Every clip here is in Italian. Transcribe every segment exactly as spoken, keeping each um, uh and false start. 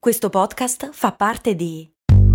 Questo podcast fa parte di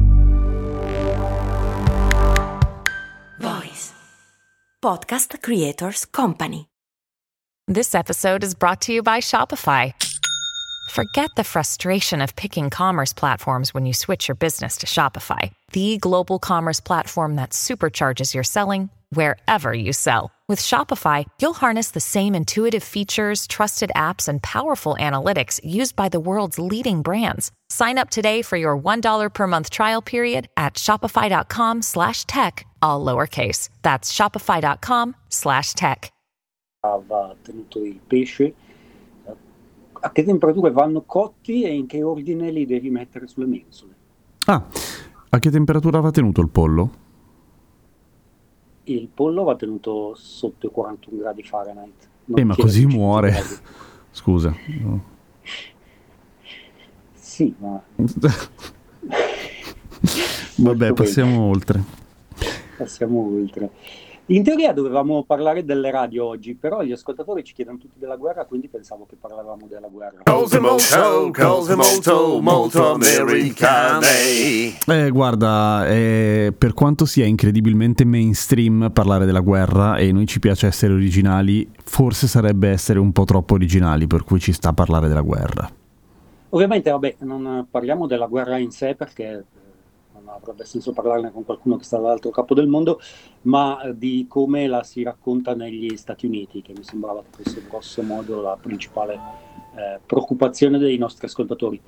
Voice Podcast Creators Company. This episode is brought to you by Shopify. Forget the frustration of picking commerce platforms when you switch your business to Shopify, the global commerce platform that supercharges your selling wherever you sell. With Shopify, you'll harness the same intuitive features, trusted apps, and powerful analytics used by the world's leading brands. Sign up today for your one dollar per month trial period at shopify.com slash tech, all lowercase. That's shopify.com slash tech. Va tenuto il pesce, a che temperature vanno cotti e in che ordine li devi mettere sulle mensole. Ah, a che temperatura va tenuto il pollo? Il pollo va tenuto sotto i quarantuno gradi Fahrenheit. Non Eh, ma così muore. gradi. Scusa. No. Sì, ma... Vabbè, passiamo oltre. Passiamo oltre. In teoria dovevamo parlare delle radio oggi, però gli ascoltatori ci chiedono tutti della guerra, quindi pensavo che parlavamo della guerra. Cose molto, cose molto, molto americane. Eh, guarda, eh, per quanto sia incredibilmente mainstream parlare della guerra e noi ci piace essere originali, forse sarebbe essere un po' troppo originali, per cui ci sta a parlare della guerra. Ovviamente, vabbè, non parliamo della guerra in sé perché non avrebbe senso parlarne con qualcuno che sta dall'altro capo del mondo, ma di come la si racconta negli Stati Uniti, che mi sembrava che fosse grosso modo la principale eh, preoccupazione dei nostri ascoltatori.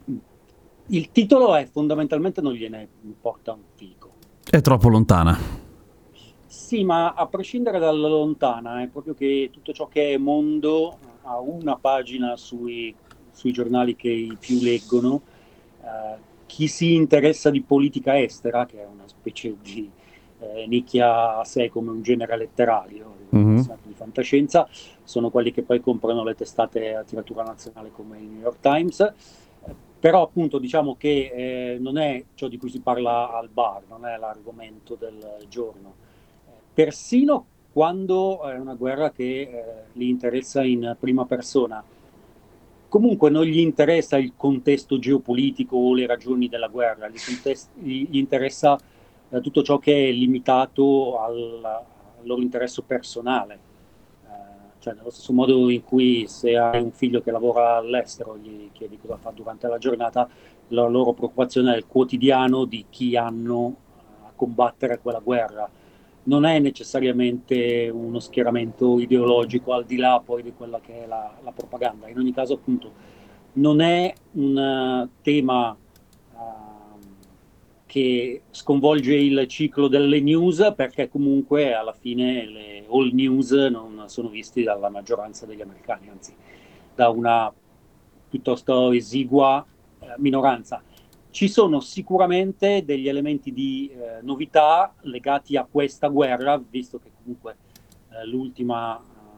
Il titolo è fondamentalmente non gliene importa un fico. È troppo lontana. Sì, ma a prescindere dalla lontana, è proprio che tutto ciò che è mondo ha una pagina sui, sui giornali che i più leggono. Eh, chi si interessa di politica estera, che è una specie di eh, nicchia a sé come un genere letterario, Mm-hmm. di fantascienza, sono quelli che poi comprano le testate a tiratura nazionale come il New York Times. Eh, però appunto diciamo che eh, non è ciò di cui si parla al bar, non è l'argomento del giorno. Eh, persino quando è una guerra che eh, li interessa in prima persona. Comunque non gli interessa il contesto geopolitico o le ragioni della guerra, gli, contest- gli interessa eh, tutto ciò che è limitato al, al loro interesse personale. Eh, cioè nello stesso modo in cui se hai un figlio che lavora all'estero gli chiedi cosa fa durante la giornata, la loro preoccupazione è il quotidiano di chi hanno a combattere quella guerra. Non è necessariamente uno schieramento ideologico al di là poi di quella che è la, la propaganda. In ogni caso, appunto, non è un uh, tema uh, che sconvolge il ciclo delle news, perché comunque alla fine le all news non sono visti dalla maggioranza degli americani, anzi da una piuttosto esigua uh, minoranza. Ci sono sicuramente degli elementi di eh, novità legati a questa guerra, visto che comunque eh, l'ultima,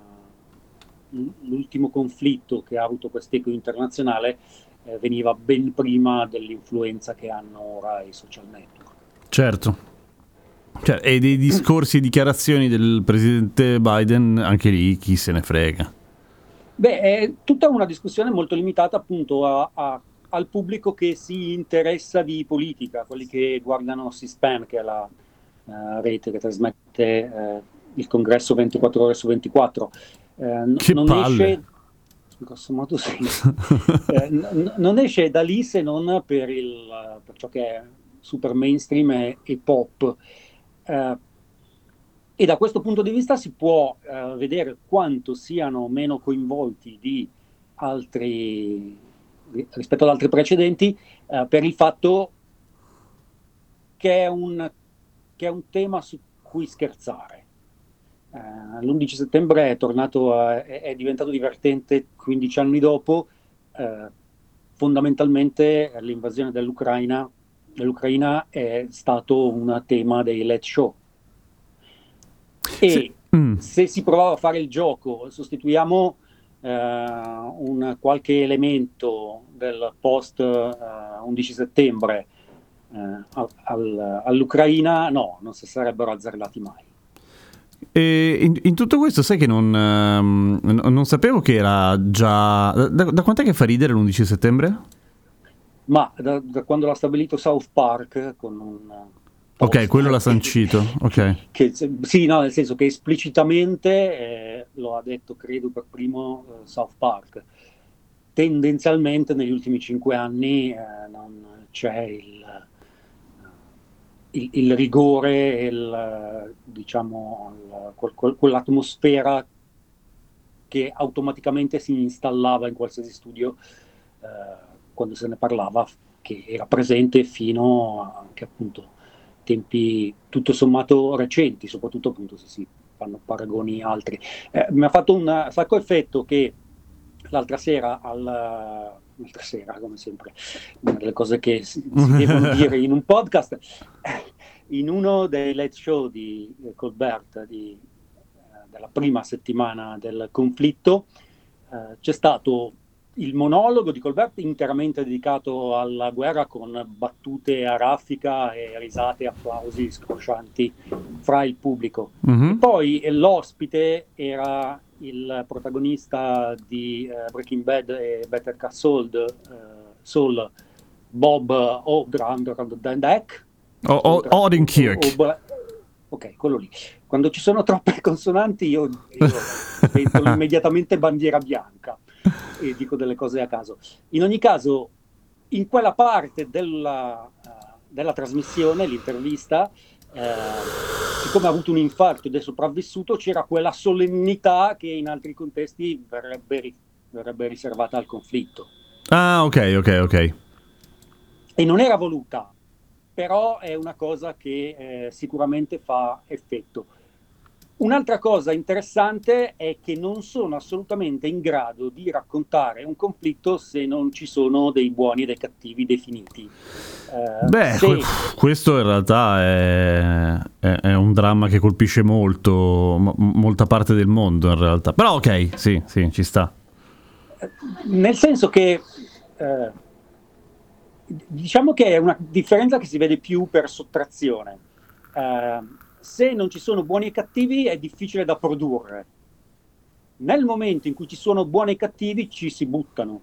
uh, l'ultimo conflitto che ha avuto quest'eco internazionale eh, veniva ben prima dell'influenza che hanno ora i social network. Certo. Cioè, e dei discorsi e dichiarazioni del presidente Biden, anche lì chi se ne frega. Beh, è tutta una discussione molto limitata appunto a, a al pubblico che si interessa di politica, quelli che guardano C-SPAN, che è la uh, rete che trasmette uh, il congresso ventiquattro ore su ventiquattro. Uh, che non palle. esce, in grosso modo sì, uh, n- non esce da lì se non per, il, uh, per ciò che è super mainstream e, e pop. Uh, e da questo punto di vista si può uh, vedere quanto siano meno coinvolti di altri rispetto ad altri precedenti, eh, per il fatto che è, un, che è un tema su cui scherzare. Eh, l'undici settembre è tornato a, è, è diventato divertente quindici anni dopo. Eh, fondamentalmente l'invasione dell'Ucraina, dell'Ucraina è stato un tema dei Let's Show. E sì. mm. se si provava a fare il gioco, sostituiamo Uh, un qualche elemento del post uh, undici settembre uh, al, al, all'Ucraina, no, non si sarebbero azzardati mai. E in, in tutto questo sai che non, um, non sapevo che era già... Da, da quant'è che fa ridere l'undici settembre? Ma da, da quando l'ha stabilito South Park con un ok, quello l'ha sancito, ok. Che, sì, no, nel senso che esplicitamente eh, lo ha detto, credo, per primo eh, South Park. Tendenzialmente negli ultimi cinque anni eh, non c'è il, il, il rigore, il, diciamo, il, quel, quel, quell'atmosfera che automaticamente si installava in qualsiasi studio eh, quando se ne parlava, che era presente fino a anche appunto tempi tutto sommato recenti, soprattutto appunto se si fanno paragoni altri. Eh, mi ha fatto un sacco effetto che l'altra sera, al, l'altra sera come sempre, una delle cose che si, si devono dire in un podcast, in uno dei late show di Colbert di, eh, della prima settimana del conflitto, eh, c'è stato il monologo di Colbert interamente dedicato alla guerra, con battute a raffica e risate e applausi scroscianti fra il pubblico. Mm-hmm. E poi l'ospite era il protagonista di uh, Breaking Bad e Better Call Saul, uh, Saul Bob Odenkirk. O- o- Odenkirk. O- o- ok, quello lì. Quando ci sono troppe consonanti io, io penso immediatamente bandiera bianca e dico delle cose a caso. In ogni caso, in quella parte della, uh, della trasmissione, l'intervista, eh, siccome ha avuto un infarto ed è sopravvissuto, c'era quella solennità che in altri contesti verrebbe, ri- verrebbe riservata al conflitto. Ah, ok, ok, ok. E non era voluta, però è una cosa che eh, sicuramente fa effetto. Un'altra cosa interessante è che non sono assolutamente in grado di raccontare un conflitto se non ci sono dei buoni e dei cattivi definiti. Eh, Beh, se... que- questo in realtà è, è, è un dramma che colpisce molto, mo- molta parte del mondo in realtà. Però ok, sì, sì, ci sta. Nel senso che eh, diciamo che è una differenza che si vede più per sottrazione. Eh, se non ci sono buoni e cattivi è difficile da produrre. Nel momento in cui ci sono buoni e cattivi ci si buttano.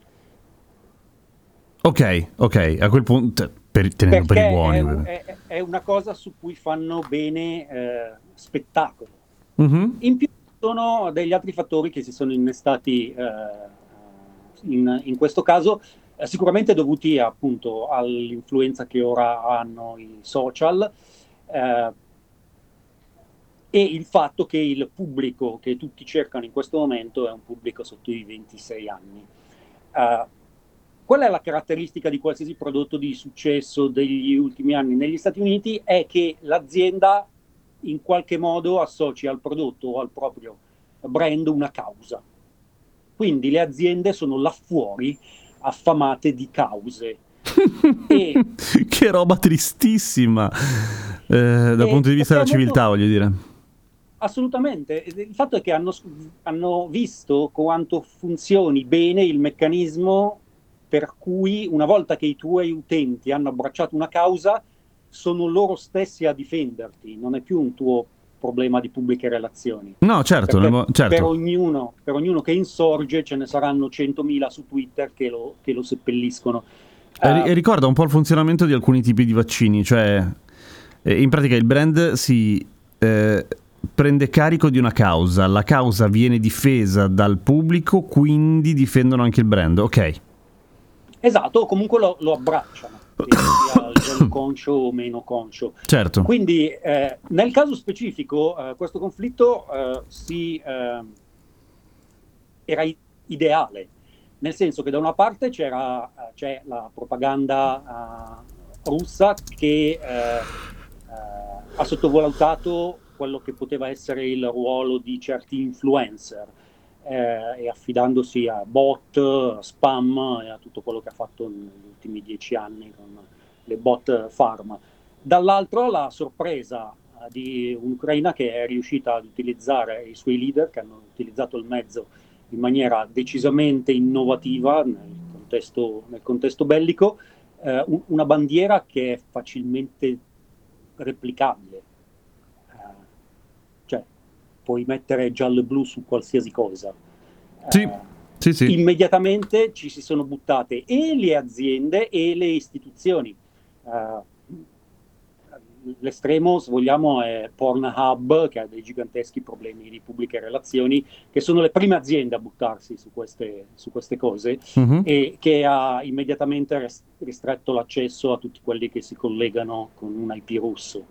Ok, ok, a quel punto, per, tenendo per i buoni. È, è, è una cosa su cui fanno bene eh, spettacolo. Mm-hmm. In più sono degli altri fattori che si sono innestati eh, in, in questo caso, eh, sicuramente dovuti appunto all'influenza che ora hanno i social, eh, e il fatto che il pubblico che tutti cercano in questo momento è un pubblico sotto i ventisei anni. Uh, qual è la caratteristica di qualsiasi prodotto di successo degli ultimi anni negli Stati Uniti? È che l'azienda in qualche modo associa al prodotto o al proprio brand una causa. Quindi le aziende sono là fuori affamate di cause. E, che roba tristissima eh, dal punto di vista della civiltà, molto... voglio dire. Assolutamente, il fatto è che hanno, hanno visto quanto funzioni bene il meccanismo per cui una volta che i tuoi utenti hanno abbracciato una causa sono loro stessi a difenderti, non è più un tuo problema di pubbliche relazioni. No, certo, per, certo. Per, ognuno, per ognuno che insorge ce ne saranno centomila su Twitter che lo, che lo seppelliscono. E, uh, e ricorda un po' il funzionamento di alcuni tipi di vaccini, cioè in pratica il brand si... Eh, prende carico di una causa, la causa viene difesa dal pubblico, quindi difendono anche il brand, ok? Esatto, o comunque lo, lo abbracciano, che sia a livello conscio o meno conscio. Certo. Quindi eh, nel caso specifico eh, questo conflitto eh, si, eh, era ideale, nel senso che da una parte c'era c'è la propaganda uh, russa che eh, uh, ha sottovalutato quello che poteva essere il ruolo di certi influencer, eh, e affidandosi a bot, spam e a tutto quello che ha fatto negli ultimi dieci anni con le bot farm. Dall'altro la sorpresa eh, di un'Ucraina che è riuscita ad utilizzare i suoi leader, che hanno utilizzato il mezzo in maniera decisamente innovativa nel contesto, nel contesto bellico, eh, un, una bandiera che è facilmente replicabile. Puoi mettere giallo e blu su qualsiasi cosa. Sì, eh, Sì, sì. Immediatamente ci si sono buttate e le aziende e le istituzioni. Uh, l'estremo, se vogliamo, è Pornhub, che ha dei giganteschi problemi di pubbliche relazioni, che sono le prime aziende a buttarsi su queste, su queste cose, Mhm. e che ha immediatamente res- ristretto l'accesso a tutti quelli che si collegano con un I P russo.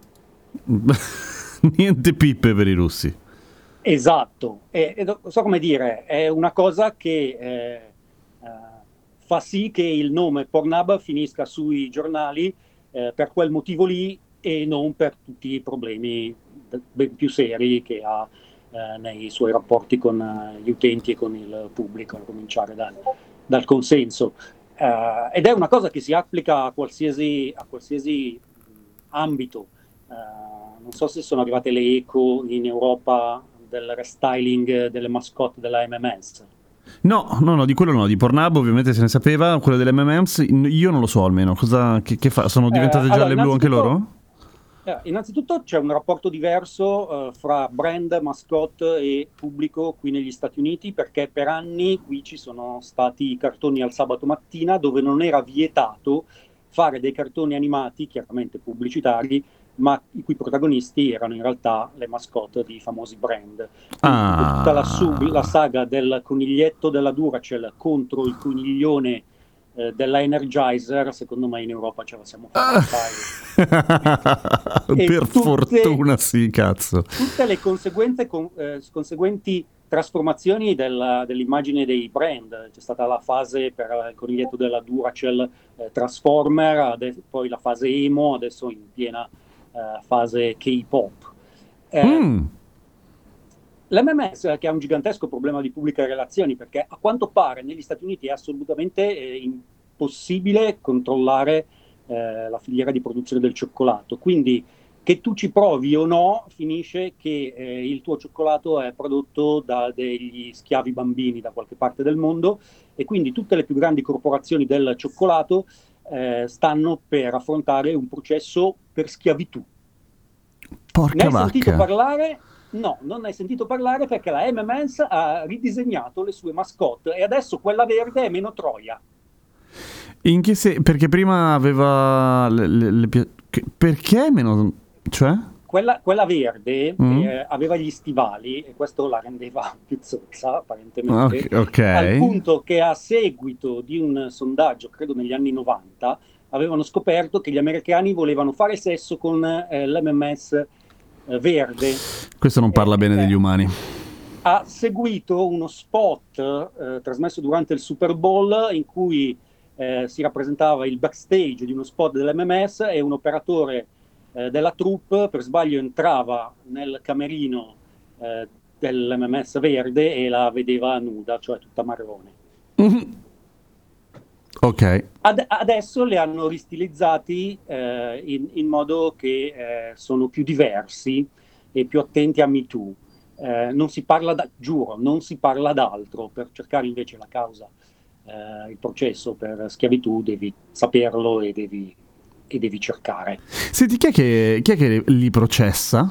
Niente pippe per i russi. Esatto, e, e non so come dire, è una cosa che eh, eh, fa sì che il nome Pornhub finisca sui giornali eh, per quel motivo lì, e non per tutti i problemi ben più seri che ha eh, nei suoi rapporti con eh, gli utenti e con il pubblico, a cominciare dal, dal consenso. Eh, ed è una cosa che si applica a qualsiasi, a qualsiasi mh, ambito. Eh, non so se sono arrivate le eco in Europa del restyling delle mascotte della M and M's. No, no, no, di quello no, di Pornhub ovviamente se ne sapeva, quello delle M and M's io non lo so almeno, cosa, che, che fa? Sono diventate Eh, gialle allora, blu anche loro? Eh, innanzitutto c'è un rapporto diverso eh, fra brand, mascotte e pubblico qui negli Stati Uniti, perché per anni qui ci sono stati i cartoni al sabato mattina dove non era vietato fare dei cartoni animati, chiaramente pubblicitari, ma i cui protagonisti erano in realtà le mascotte di famosi brand. Quindi Ah. tutta la, su- la saga del coniglietto della Duracell contro il coniglione eh, della Energizer, secondo me in Europa ce la siamo fatta fare. E Per tutte- fortuna sì, cazzo. Tutte le conseguenze, con, eh, conseguenti trasformazioni della- dell'immagine dei brand. C'è stata la fase per il coniglietto della Duracell eh, Transformer, ade- poi la fase emo, adesso in piena eh, fase K-pop. Eh, Mm. L'M M S, che ha un gigantesco problema di pubbliche relazioni, perché a quanto pare negli Stati Uniti è assolutamente eh, impossibile controllare eh, la filiera di produzione del cioccolato. Quindi che tu ci provi o no, finisce che eh, il tuo cioccolato è prodotto da degli schiavi bambini da qualche parte del mondo, e quindi tutte le più grandi corporazioni del cioccolato eh, stanno per affrontare un processo per schiavitù. Ne Porca hai sentito vacca. parlare? No, non hai sentito parlare perché la M and M's ha ridisegnato le sue mascotte e adesso quella verde è meno troia. In che se... Perché prima aveva le, le- le pi- che- perché meno... Cioè? Quella, quella verde Mm. eh, aveva gli stivali e questo la rendeva più zozza, apparentemente, Ok, ok. al punto che a seguito di un sondaggio, credo negli anni novanta, avevano scoperto che gli americani volevano fare sesso con eh, l'M and M's eh, verde. Questo non parla Eh, bene eh, degli umani. Ha seguito uno spot eh, trasmesso durante il Super Bowl in cui eh, si rappresentava il backstage di uno spot dell'M M S e un operatore eh, della troupe per sbaglio entrava nel camerino eh, dell'M M S verde e la vedeva nuda, cioè tutta marrone. Mhm. Ok. Ad- adesso li hanno ristilizzati eh, in, in modo che eh, sono più diversi e più attenti a Me Too. Eh, non si parla, da, giuro, non si parla d'altro. Per cercare invece la causa, eh, il processo per schiavitù, devi saperlo e devi, e devi cercare. Senti, chi è che, chi è che li processa?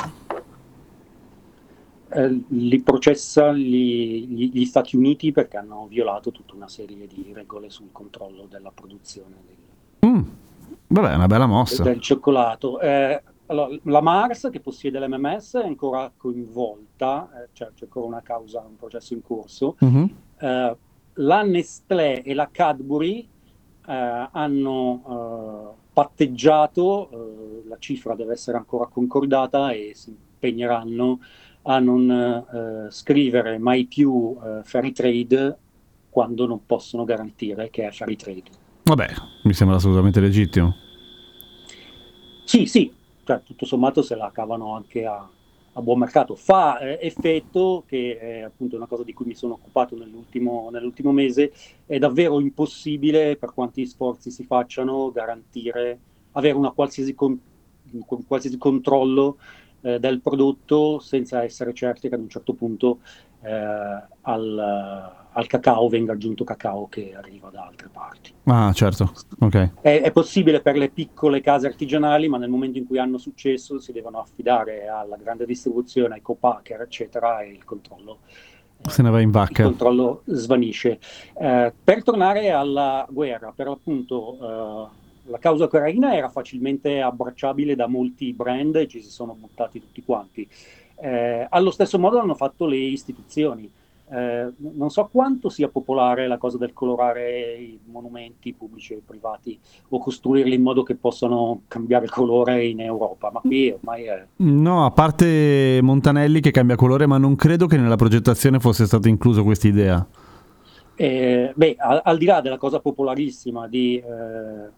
Eh, li processa gli, gli- gli Stati Uniti perché hanno violato tutta una serie di regole sul controllo della produzione del, Mm. Vabbè, è una bella mossa. del cioccolato. Eh, allora, la Mars, che possiede l'M M S, è ancora coinvolta, eh, cioè c'è ancora una causa, un processo in corso. Mhm. Eh, la Nestlé e la Cadbury eh, hanno eh, patteggiato, eh, la cifra deve essere ancora concordata e si impegneranno a non eh, scrivere mai più eh, fair trade quando non possono garantire che è fair trade. Vabbè, mi sembra assolutamente legittimo. Sì, sì, cioè, tutto sommato se la cavano anche a, a buon mercato. Fa eh, effetto che è appunto una cosa di cui mi sono occupato nell'ultimo, nell'ultimo mese, è davvero impossibile, per quanti sforzi si facciano, garantire, avere una qualsiasi, con, un qualsiasi controllo eh, del prodotto senza essere certi che ad un certo punto eh, al, al cacao venga aggiunto cacao che arriva da altre parti. Ah, certo. Ok. È, è possibile per le piccole case artigianali, ma nel momento in cui hanno successo si devono affidare alla grande distribuzione, ai co-packer, eccetera, e il controllo se ne va in vacca. Il controllo svanisce. Eh, per tornare alla guerra, per l'appunto, eh, la causa ucraina era facilmente abbracciabile da molti brand e ci si sono buttati tutti quanti. Eh, allo stesso modo hanno fatto le istituzioni. Eh, non so quanto sia popolare la cosa del colorare i monumenti pubblici e privati o costruirli in modo che possano cambiare colore in Europa, ma qui ormai è... No, a parte Montanelli che cambia colore, ma non credo che nella progettazione fosse stata inclusa questa idea. Eh, beh, al, al di là della cosa popolarissima di, eh,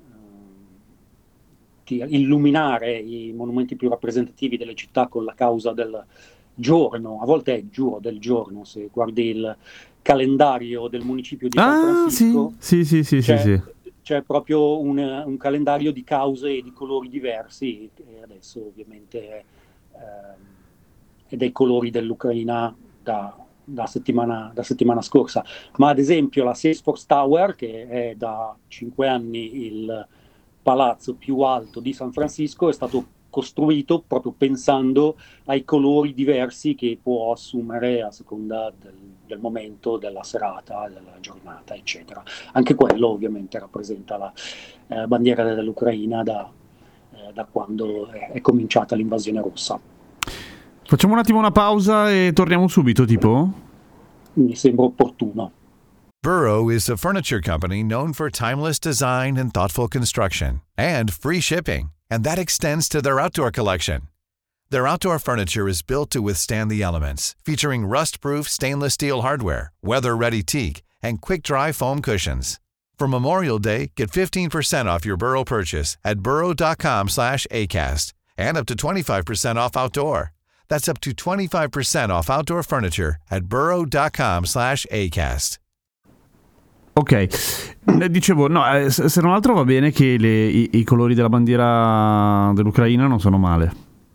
di illuminare i monumenti più rappresentativi delle città con la causa del giorno, a volte è giuro del giorno, se guardi il calendario del municipio di San Ah, Francisco, sì, sì, sì, sì, c'è, sì, sì. c'è proprio un, un calendario di cause e di colori diversi, e adesso ovviamente è, ehm, è dei colori dell'Ucraina da, da, settimana, da settimana scorsa. Ma ad esempio la Salesforce Tower, che è da cinque anni il palazzo più alto di San Francisco, è stato costruito proprio pensando ai colori diversi che può assumere a seconda del, del momento, della serata, della giornata, eccetera. Anche quello ovviamente rappresenta la eh, bandiera dell'Ucraina da, eh, da quando è, è cominciata l'invasione russa. Facciamo un attimo una pausa e torniamo subito, tipo? Mi sembra opportuno. Burrow is a furniture company known for timeless design and thoughtful construction, and free shipping, and that extends to their outdoor collection. Their outdoor furniture is built to withstand the elements, featuring rust-proof stainless steel hardware, weather-ready teak, and quick-dry foam cushions. For Memorial Day, get fifteen percent off your Burrow purchase at burrow.com slash ACAST, and up to twenty-five percent off outdoor. That's up to twenty-five percent off outdoor furniture at burrow.com slash ACAST. Ok, dicevo, no, se non altro va bene che le, i, i colori della bandiera dell'Ucraina non sono male.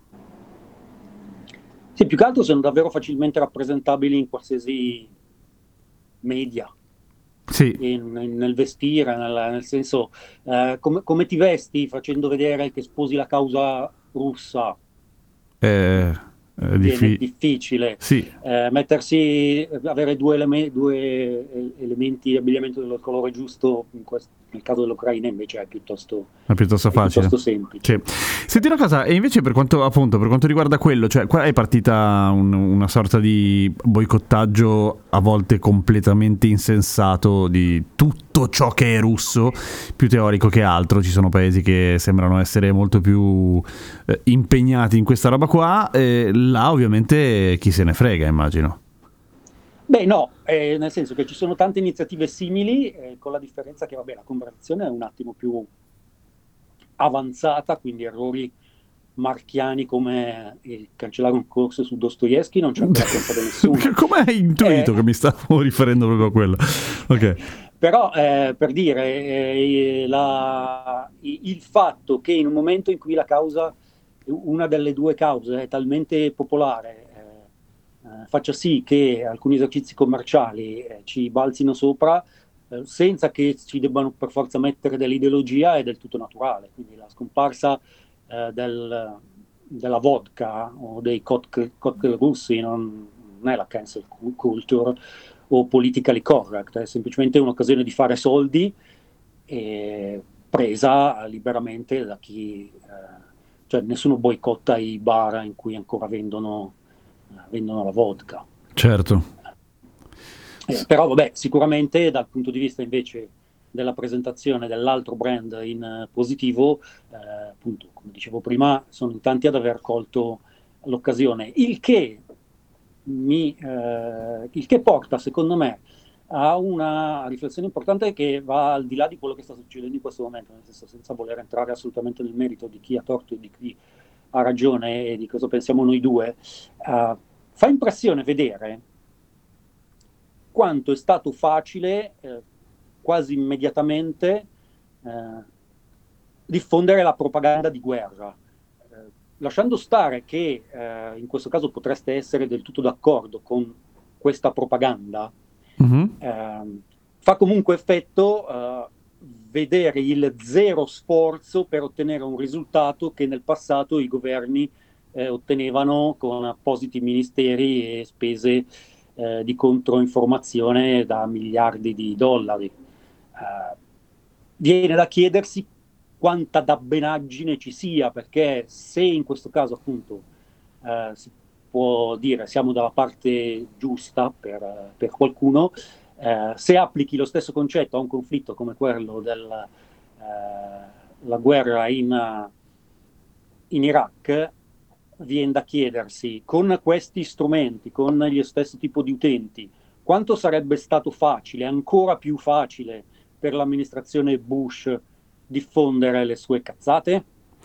Sì, più che altro sono davvero facilmente rappresentabili in qualsiasi media. Sì. In, in, nel vestire, nel, nel senso, eh, come, come ti vesti facendo vedere che sposi la causa russa? Eh... Eh, diffi- difficile sì. eh, mettersi, avere due, eleme- due elementi di abbigliamento del colore giusto in questo, nel caso dell'Ucraina invece è piuttosto, è piuttosto facile, è piuttosto semplice. Sì. Senti una cosa, e invece per quanto appunto per quanto riguarda quello, cioè qua è partita un, una sorta di boicottaggio a volte completamente insensato di tutto ciò che è russo, più teorico che altro. Ci sono paesi che sembrano essere molto più eh, impegnati in questa roba qua, e là ovviamente chi se ne frega, immagino. Beh no, eh, nel senso che ci sono tante iniziative simili, eh, con la differenza che vabbè, la conversazione è un attimo più avanzata, quindi errori marchiani come il cancellare un corso su Dostoevsky non c'è ancora pensato nessuno. Come hai intuito eh, che mi stavo riferendo proprio a quello? Ok. Però eh, per dire, eh, la, il fatto che in un momento in cui la causa, una delle due cause è talmente popolare, eh, faccia sì che alcuni esercizi commerciali eh, ci balzino sopra eh, senza che ci debbano per forza mettere dell'ideologia, è del tutto naturale. Quindi la scomparsa eh, del, della vodka o dei cocktail, cocktail russi non, non è la cancel culture o politically correct, è semplicemente un'occasione di fare soldi e presa liberamente da chi, eh, cioè nessuno boicotta i bar in cui ancora vendono vendono la vodka. Certo. Eh, però vabbè, sicuramente dal punto di vista invece della presentazione dell'altro brand in uh, positivo, eh, appunto, come dicevo prima, sono in tanti ad aver colto l'occasione, il che mi eh, il che porta, secondo me, a una riflessione importante che va al di là di quello che sta succedendo in questo momento, nel senso, senza voler entrare assolutamente nel merito di chi ha torto e di chi ha ragione e di cosa pensiamo noi due. Uh, fa impressione vedere quanto è stato facile eh, quasi immediatamente eh, diffondere la propaganda di guerra, eh, lasciando stare che eh, in questo caso potreste essere del tutto d'accordo con questa propaganda. Mm-hmm. eh, fa comunque effetto eh, vedere il zero sforzo per ottenere un risultato che nel passato i governi eh, ottenevano con appositi ministeri e spese eh, di controinformazione da miliardi di dollari. Eh, viene da chiedersi quanta dabbenaggine ci sia, perché se in questo caso appunto eh, si può dire siamo dalla parte giusta per, per qualcuno, eh, se applichi lo stesso concetto a un conflitto come quello della eh, guerra in, in Iraq, viene da chiedersi, con questi strumenti, con gli stessi tipo di utenti, quanto sarebbe stato facile, ancora più facile per l'amministrazione Bush diffondere le sue cazzate?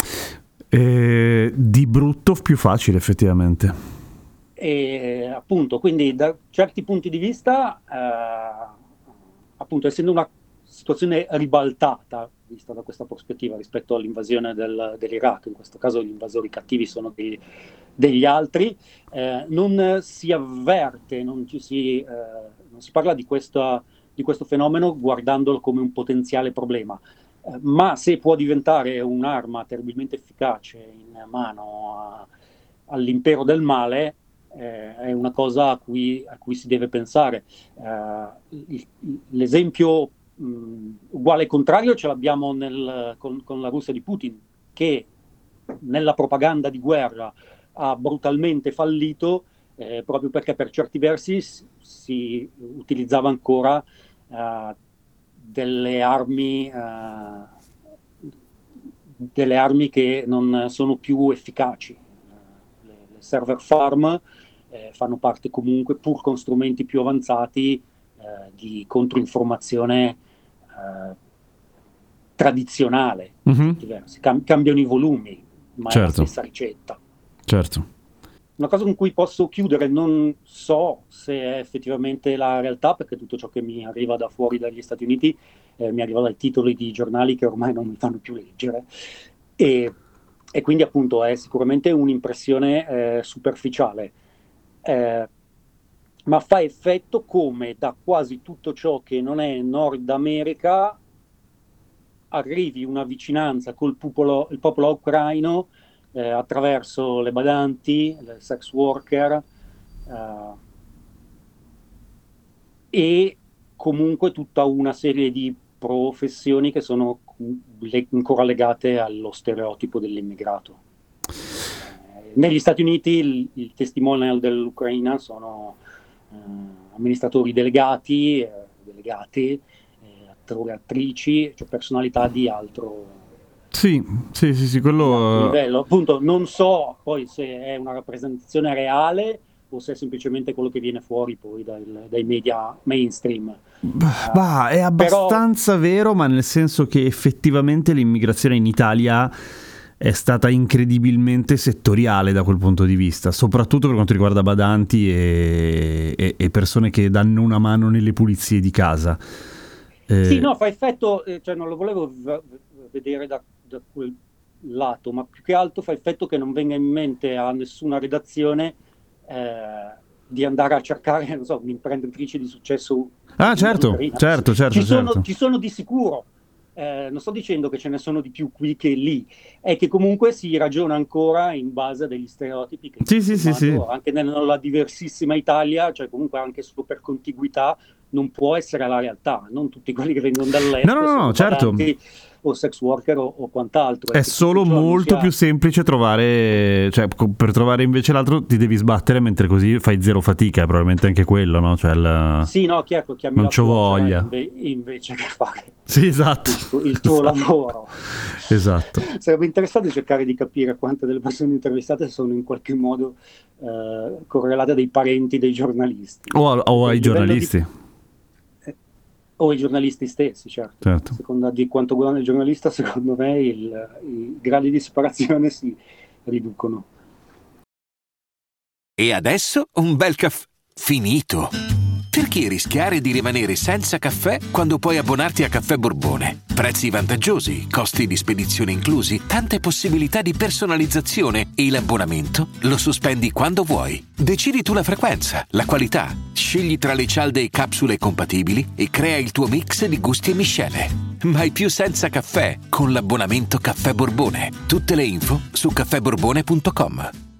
Eh, di brutto più facile, effettivamente. E appunto, quindi da certi punti di vista, eh, appunto, essendo una situazione ribaltata, vista da questa prospettiva, rispetto all'invasione del, dell'Iraq, in questo caso gli invasori cattivi sono dei, degli altri, eh, non si avverte, non, ci si, eh, non si parla di, questa, di questo fenomeno guardandolo come un potenziale problema. Eh, ma se può diventare un'arma terribilmente efficace in mano a, all'impero del male, eh, è una cosa a cui, a cui si deve pensare. Eh, il, l'esempio mh, uguale e contrario ce l'abbiamo nel, con, con la Russia di Putin, che nella propaganda di guerra ha brutalmente fallito, eh, proprio perché per certi versi si, si utilizzava ancora eh, delle armi uh, delle armi che non sono più efficaci. Uh, le, le server farm eh, fanno parte comunque, pur con strumenti più avanzati, uh, di controinformazione uh, tradizionale. Mm-hmm. Diversi. Cam- cambiano i volumi, ma certo. È la stessa ricetta. Certo. Una cosa con cui posso chiudere, non so se è effettivamente la realtà, perché tutto ciò che mi arriva da fuori dagli Stati Uniti eh, mi arriva dai titoli di giornali che ormai non mi fanno più leggere, e, e quindi appunto è sicuramente un'impressione eh, superficiale, eh, ma fa effetto come da quasi tutto ciò che non è Nord America arrivi una vicinanza col popolo, il popolo ucraino, Eh, attraverso le badanti, le sex worker eh, e comunque tutta una serie di professioni che sono le, ancora legate allo stereotipo dell'immigrato. Eh, negli Stati Uniti il, il testimonial dell'Ucraina sono eh, amministratori delegati, eh, delegati, eh, attori, attrici, cioè personalità di altro Sì, sì, sì, sì, quello... livello. Appunto, non so poi se è una rappresentazione reale o se è semplicemente quello che viene fuori poi dai, dai media mainstream. Bah, è abbastanza Però... vero, ma nel senso che effettivamente l'immigrazione in Italia è stata incredibilmente settoriale da quel punto di vista, soprattutto per quanto riguarda badanti e, e, e persone che danno una mano nelle pulizie di casa. Eh... Sì, no, fa effetto, eh, cioè non lo volevo v- vedere da da quel lato, ma più che altro fa effetto che non venga in mente a nessuna redazione eh, di andare a cercare, non so, un'imprenditrice di successo. Ah, certo, certo, certo. Ci sono, certo. ci sono di sicuro. Eh, non sto dicendo che ce ne sono di più qui che lì, è che comunque si ragiona ancora in base a degli stereotipi che sì, sì, sì, sì. anche nella diversissima Italia, cioè comunque anche solo per contiguità non può essere la realtà, non tutti quelli che vengono dall'est no, no, no, certo. o sex worker o, o quant'altro. È solo molto più semplice trovare, cioè per trovare invece l'altro ti devi sbattere, mentre così fai zero fatica, è probabilmente anche quello, no? Cioè il... Sì, no, chiaro, chiami non la c'ho voglia. Inve- invece che fare sì, esatto. il tuo, il tuo esatto. lavoro. Esatto. Sarebbe interessante cercare di capire quante delle persone intervistate sono in qualche modo eh, correlate dei parenti dei giornalisti. O, o ai giornalisti. Di... o ai giornalisti stessi, certo. certo. A seconda di quanto guadagna il giornalista, secondo me il, i gradi di separazione si riducono. E adesso un bel caffè finito. Perché rischiare di rimanere senza caffè quando puoi abbonarti a Caffè Borbone? Prezzi vantaggiosi, costi di spedizione inclusi, tante possibilità di personalizzazione e l'abbonamento lo sospendi quando vuoi. Decidi tu la frequenza, la qualità, scegli tra le cialde e capsule compatibili e crea il tuo mix di gusti e miscele. Mai più senza caffè con l'abbonamento Caffè Borbone. Tutte le info su caffè borbone punto com.